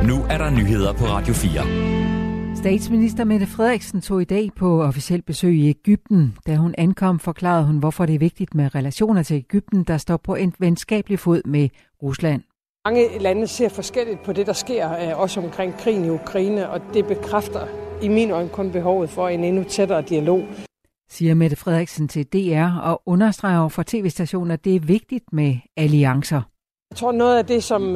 Nu er der nyheder på Radio 4. Statsminister Mette Frederiksen tog i dag på officielt besøg i Egypten. Da hun ankom, forklarede hun, hvorfor det er vigtigt med relationer til Egypten, der står på en venskabelig fod med Rusland. Mange lande ser forskelligt på det, der sker, også omkring krigen i Ukraine, og det bekræfter i min øjne kun behovet for en endnu tættere dialog. Siger Mette Frederiksen til DR og understreger over for tv-stationer, at det er vigtigt med alliancer. Jeg tror, noget af det, som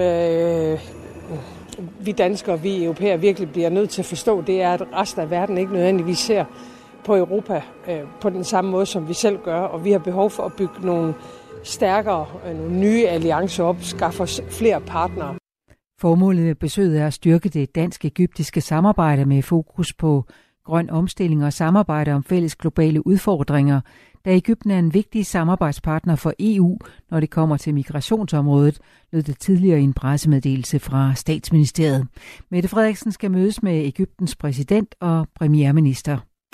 vi danskere, vi europæer virkelig bliver nødt til at forstå, det er, at resten af verden ikke nødvendigvis ser på Europa på den samme måde, som vi selv gør. Og vi har behov for at bygge nogle stærkere, nogle nye alliancer op, skaffe os flere partnere. Formålet med besøget er at styrke det dansk-egyptiske samarbejde med fokus på grøn omstilling og samarbejde om fælles globale udfordringer, da Egypten er en vigtig samarbejdspartner for EU, når det kommer til migrationsområdet, lød det tidligere i en pressemeddelelse fra Statsministeriet. Mette Frederiksen skal mødes med Egyptens præsident og premierminister.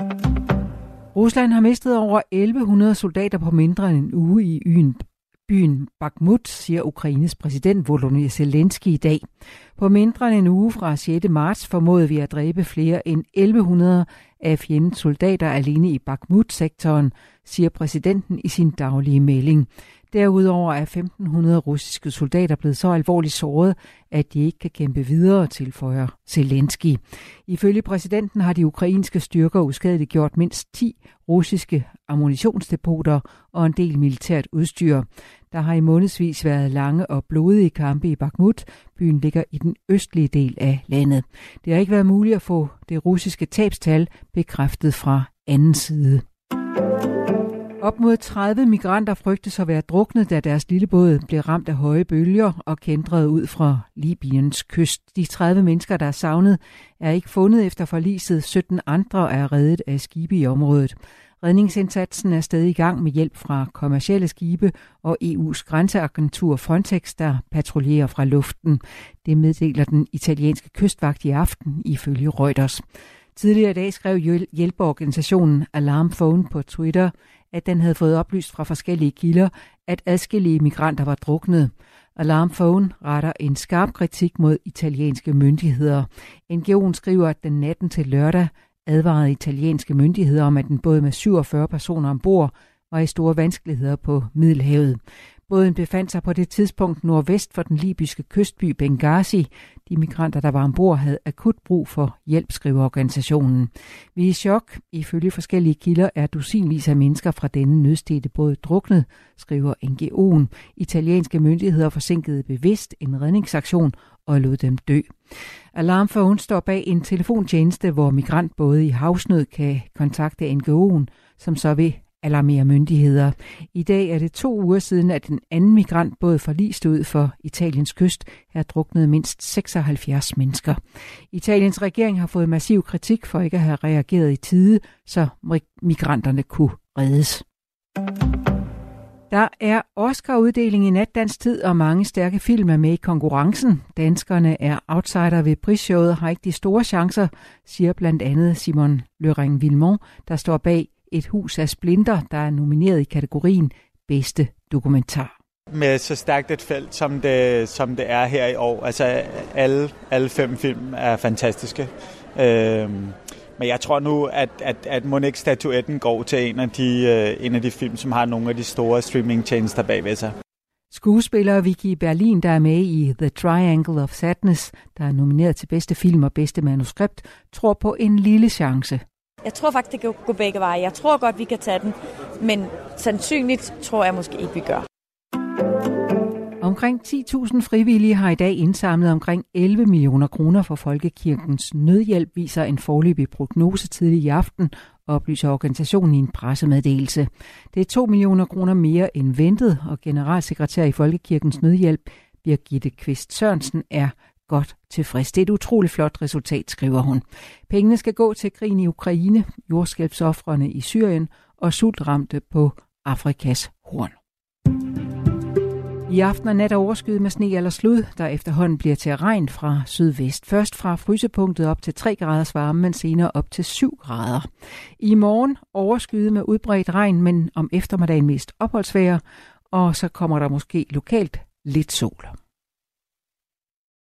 Rusland har mistet over 1100 soldater på mindre end en uge i byen Bakhmut, siger Ukraines præsident Volodymyr Zelensky i dag. På mindre end en uge fra 6. marts formåede vi at dræbe flere end 1100 af fjendens soldater alene i Bakhmut-sektoren, siger præsidenten i sin daglige melding. Derudover er 1500 russiske soldater blevet så alvorligt såret, at de ikke kan kæmpe videre, tilføjer Zelensky. Ifølge præsidenten har de ukrainske styrker uskadeligt gjort mindst 10 russiske ammunitionsdepoter og en del militært udstyr. Der har i månedsvis været lange og blodige kampe i Bakhmut. Byen ligger i den østlige del af landet. Det har ikke været muligt at få det russiske tabstal bekræftet fra anden side. Op mod 30 migranter frygtes at være druknet, da deres lille båd blev ramt af høje bølger og kæntrede ud fra Libyens kyst. De 30 mennesker, der er savnet, er ikke fundet efter forliset. 17 andre er reddet af skibe i området. Redningsindsatsen er stadig i gang med hjælp fra kommercielle skibe og EU's grænseagentur Frontex, der patruljerer fra luften. Det meddeler den italienske kystvagt i aften ifølge Reuters. Tidligere i dag skrev hjælpeorganisationen Alarm Phone på Twitter, at den havde fået oplyst fra forskellige kilder, at adskillige migranter var druknet. Alarm Phone retter en skarp kritik mod italienske myndigheder. NGO'en skriver, at den natten til lørdag advarede italienske myndigheder om, at en båd med 47 personer ombord var i store vanskeligheder på Middelhavet. Båden befandt sig på det tidspunkt nordvest for den libyske kystby Benghazi. De migranter, der var ombord, havde akut brug for hjælp, skriver organisationen. Vi er i chok. Ifølge forskellige kilder er dusinvis af mennesker fra denne nødstedte båd druknet, skriver NGO'en. Italienske myndigheder forsinkede bevidst en redningsaktion og lod dem dø. Alarm Phone står bag en telefontjeneste, hvor migrantbåde i havsnød kan kontakte NGO'en, som så vil alarmere myndigheder. I dag er det 2 uger siden, at en anden migrantbåd forliste ud for Italiens kyst. Her druknede mindst 76 mennesker. Italiens regering har fået massiv kritik for ikke at have reageret i tide, så migranterne kunne reddes. Der er Oscar-uddeling i nat dansk tid, og mange stærke film er med i konkurrencen. Danskerne er outsider ved prisshowet og har ikke de store chancer, siger blandt andet Simon Løring-Vilmont, der står bag Et hus af splinter, der er nomineret i kategorien bedste dokumentar. Med så stærkt et felt, som det er her i år. Altså alle 5 film er fantastiske. Men jeg tror nu, at Monique-statuetten går til en af de film, som har nogle af de store streamingtjenester bagved sig. Skuespiller Vicky Berlin, der er med i The Triangle of Sadness, der er nomineret til bedste film og bedste manuskript, tror på en lille chance. Jeg tror faktisk, det kan gå begge veje. Jeg tror godt, vi kan tage den, men sandsynligt tror jeg måske ikke, vi gør. Omkring 10.000 frivillige har i dag indsamlet omkring 11 millioner kroner for Folkekirkens Nødhjælp, viser en foreløbig prognose tidlig i aften, oplyser organisationen i en pressemeddelelse. Det er 2 millioner kroner mere end ventet, og generalsekretær i Folkekirkens Nødhjælp, Birgitte Kvist Sørensen, er godt tilfreds. Det er et utroligt flot resultat, skriver hun. Pengene skal gå til krigen i Ukraine, jordskælvsofrene i Syrien og sultramte på Afrikas Horn. I aften og nat er overskyet med sne eller slud, der efterhånden bliver til regn fra sydvest. Først fra frysepunktet op til 3 graders varme, men senere op til 7 grader. I morgen overskyet med udbredt regn, men om eftermiddagen mest opholdsvejr, og så kommer der måske lokalt lidt sol.